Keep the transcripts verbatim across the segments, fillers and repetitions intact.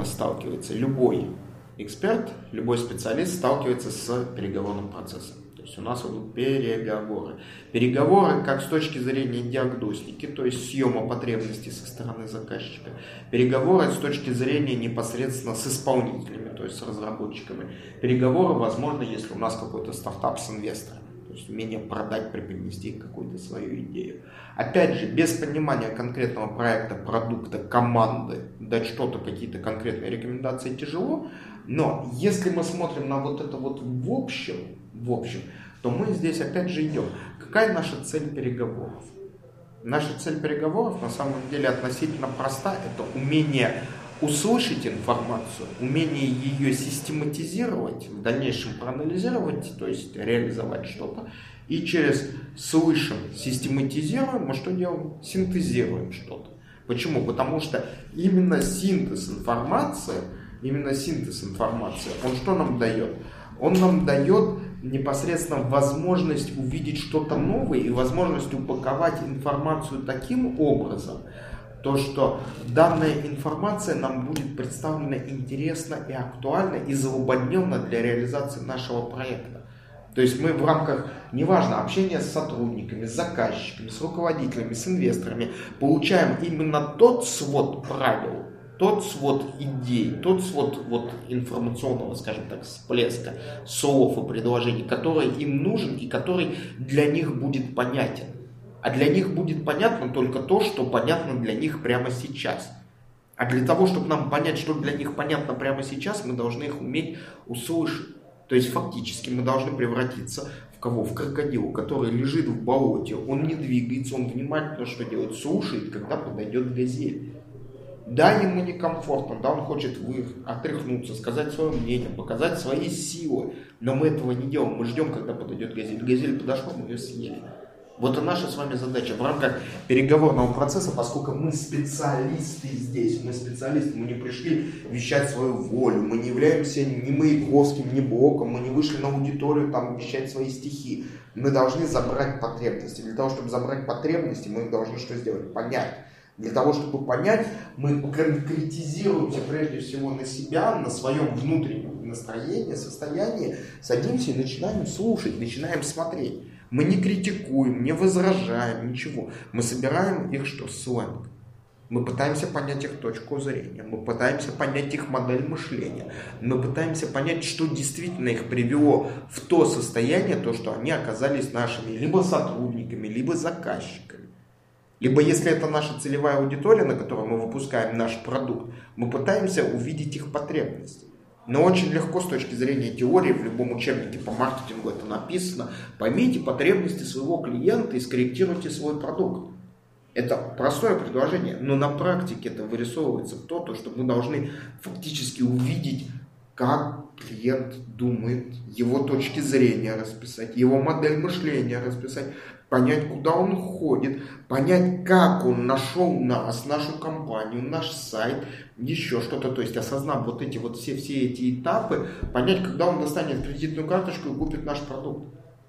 неизбежно сталкивается любой эксперт, любой специалист сталкивается с переговорным процессом. То есть у нас идут переговоры. Переговоры как с точки зрения диагностики, то есть съема потребностей со стороны заказчика. Переговоры с точки зрения непосредственно с исполнителями, то есть с разработчиками. Переговоры возможно, если у нас какой-то стартап с инвесторами. То есть умение продать, преподнести какую-то свою идею. Опять же, без понимания конкретного проекта, продукта, команды, дать что-то, какие-то конкретные рекомендации тяжело. Но если мы смотрим на вот это вот в общем, в общем, то мы здесь опять же идем. Какая наша цель переговоров? Наша цель переговоров на самом деле относительно проста. Это умение услышать информацию, умение ее систематизировать, в дальнейшем проанализировать, то есть реализовать что-то. И через слышим, систематизируем, мы что делаем? Синтезируем что-то. Почему? Потому что именно синтез информации, именно синтез информации, он что нам дает? Он нам дает непосредственно возможность увидеть что-то новое и возможность упаковать информацию таким образом, то, что данная информация нам будет представлена интересно и актуально и злободневно для реализации нашего проекта. То есть мы в рамках, неважно, общения с сотрудниками, с заказчиками, с руководителями, с инвесторами, получаем именно тот свод правил, тот свод идей, тот свод вот информационного, скажем так, всплеска, слов и предложений, который им нужен и который для них будет понятен. А для них будет понятно только то, что понятно для них прямо сейчас. А для того, чтобы нам понять, что для них понятно прямо сейчас, мы должны их уметь услышать. То есть фактически мы должны превратиться в кого? В крокодила, который лежит в болоте, он не двигается, он внимательно что делает? Слушает, когда подойдет газель. Да, ему некомфортно, да, он хочет вы, отряхнуться, сказать свое мнение, показать свои силы. Но мы этого не делаем, мы ждем, когда подойдет газель. Газель подошла, мы ее съели. Вот и наша с вами задача в рамках переговорного процесса, поскольку мы специалисты здесь, мы специалисты, мы не пришли вещать свою волю, мы не являемся ни Маяковским, ни Блоком, мы не вышли на аудиторию там вещать свои стихи. Мы должны забрать потребности. Для того, чтобы забрать потребности, мы их должны что сделать? Понять. Для того, чтобы понять, мы конкретизируемся прежде всего на себя, на своем внутреннем настроении, состоянии, садимся и начинаем слушать, начинаем смотреть. Мы не критикуем, не возражаем, ничего. Мы собираем их что? Сленг. Мы пытаемся понять их точку зрения, мы пытаемся понять их модель мышления, мы пытаемся понять, что действительно их привело в то состояние, то, что они оказались нашими либо сотрудниками, либо заказчиками. Либо если это наша целевая аудитория, на которой мы выпускаем наш продукт, мы пытаемся увидеть их потребности. Но очень легко с точки зрения теории, в любом учебнике по маркетингу это написано, поймите потребности своего клиента и скорректируйте свой продукт. Это простое предложение, но на практике это вырисовывается в то, то, что мы должны фактически увидеть, как клиент думает, его точки зрения расписать, его модель мышления расписать, понять, куда он ходит, понять, как он нашел нас, нашу компанию, наш сайт, еще что-то. То есть, осознав вот эти вот все, все эти этапы, понять, когда он достанет кредитную карточку и купит наш продукт.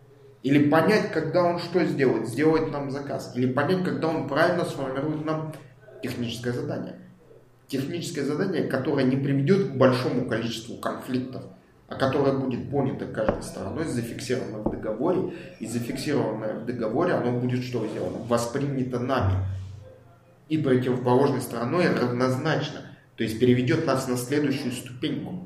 Или понять, когда он что сделает, сделает нам заказ. Или понять, когда он правильно сформирует нам техническое задание. Техническое задание, которое не приведет к большому количеству конфликтов, а которое будет понято каждой стороной, зафиксировано в договоре, и зафиксированное в договоре, оно будет что сделано? Воспринято нами. И противоположной стороной равнозначно. То есть переведет нас на следующую ступеньку.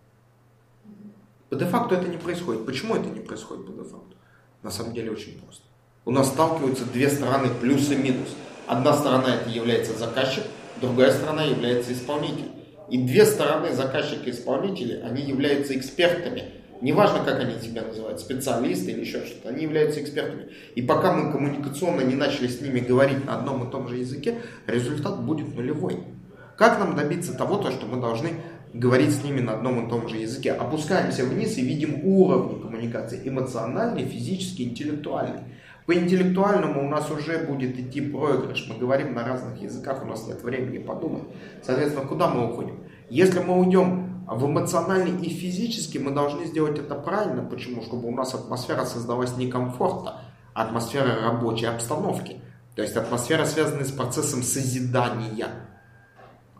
По де-факту это не происходит. Почему это не происходит по де-факту? На самом деле очень просто. У нас сталкиваются две стороны, плюс и минус. Одна сторона это является заказчик, другая сторона является исполнитель. И две стороны, заказчик и исполнители, они являются экспертами. Неважно, как они себя называют, специалисты или еще что-то, они являются экспертами. И пока мы коммуникационно не начали с ними говорить на одном и том же языке, результат будет нулевой. Как нам добиться того, то, что мы должны говорить с ними на одном и том же языке? Опускаемся вниз и видим уровни коммуникации: эмоциональный, физический, интеллектуальный. По интеллектуальному у нас уже будет идти проигрыш. Мы говорим на разных языках, у нас нет времени подумать. Соответственно, куда мы уходим? Если мы уйдем в эмоциональный и физический, мы должны сделать это правильно. Почему? Чтобы у нас атмосфера создалась не комфорта, а атмосфера рабочей обстановки. То есть атмосфера, связанная с процессом созидания.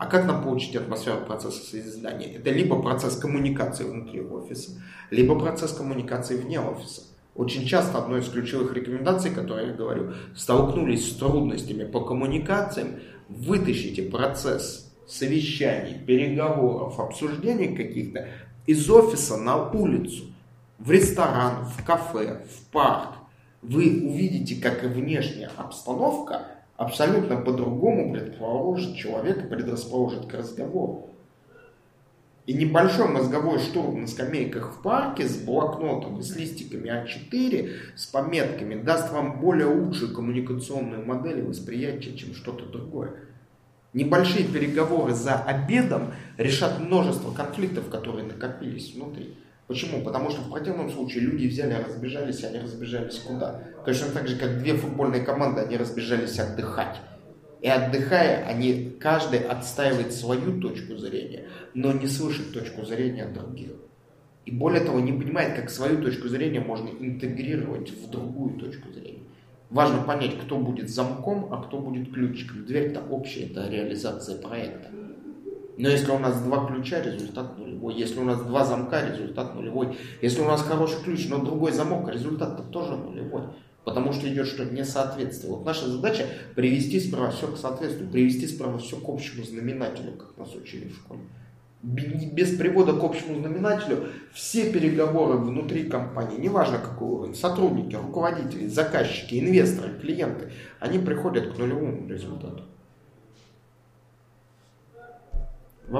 А как нам получить атмосферу процесса созидания? Это либо процесс коммуникации внутри офиса, либо процесс коммуникации вне офиса. Очень часто одной из ключевых рекомендаций, которые я говорю, столкнулись с трудностями по коммуникациям, вытащите процесс совещаний, переговоров, обсуждений каких-то из офиса на улицу, в ресторан, в кафе, в парк. Вы увидите, как и внешняя обстановка абсолютно по-другому предрасположит человека, предрасположит к разговору. И небольшой мозговой штурм на скамейках в парке с блокнотом и с листиками а четыре, с пометками, даст вам более лучшую коммуникационную модель восприятия, чем что-то другое. Небольшие переговоры за обедом решат множество конфликтов, которые накопились внутри. Почему? Потому что в противном случае люди взяли, разбежались, они разбежались куда? Точно так же, как две футбольные команды, они разбежались отдыхать. И отдыхая, они, каждый отстаивает свою точку зрения, но не слышит точку зрения других. И более того, не понимает, как свою точку зрения можно интегрировать в другую точку зрения. Важно понять, кто будет замком, а кто будет ключиком. Дверь-то общая, это реализация проекта. Но если у нас два ключа, результат нулевой. Если у нас два замка, результат нулевой. Если у нас хороший ключ, но другой замок, результат-то тоже нулевой. Потому что идет что-то несоответствие. Вот наша задача привести справа все к соответствию, привести справа все к общему знаменателю, как нас учили в школе. Без привода к общему знаменателю все переговоры внутри компании, неважно какой уровень, сотрудники, руководители, заказчики, инвесторы, клиенты, они приходят к нулевому результату.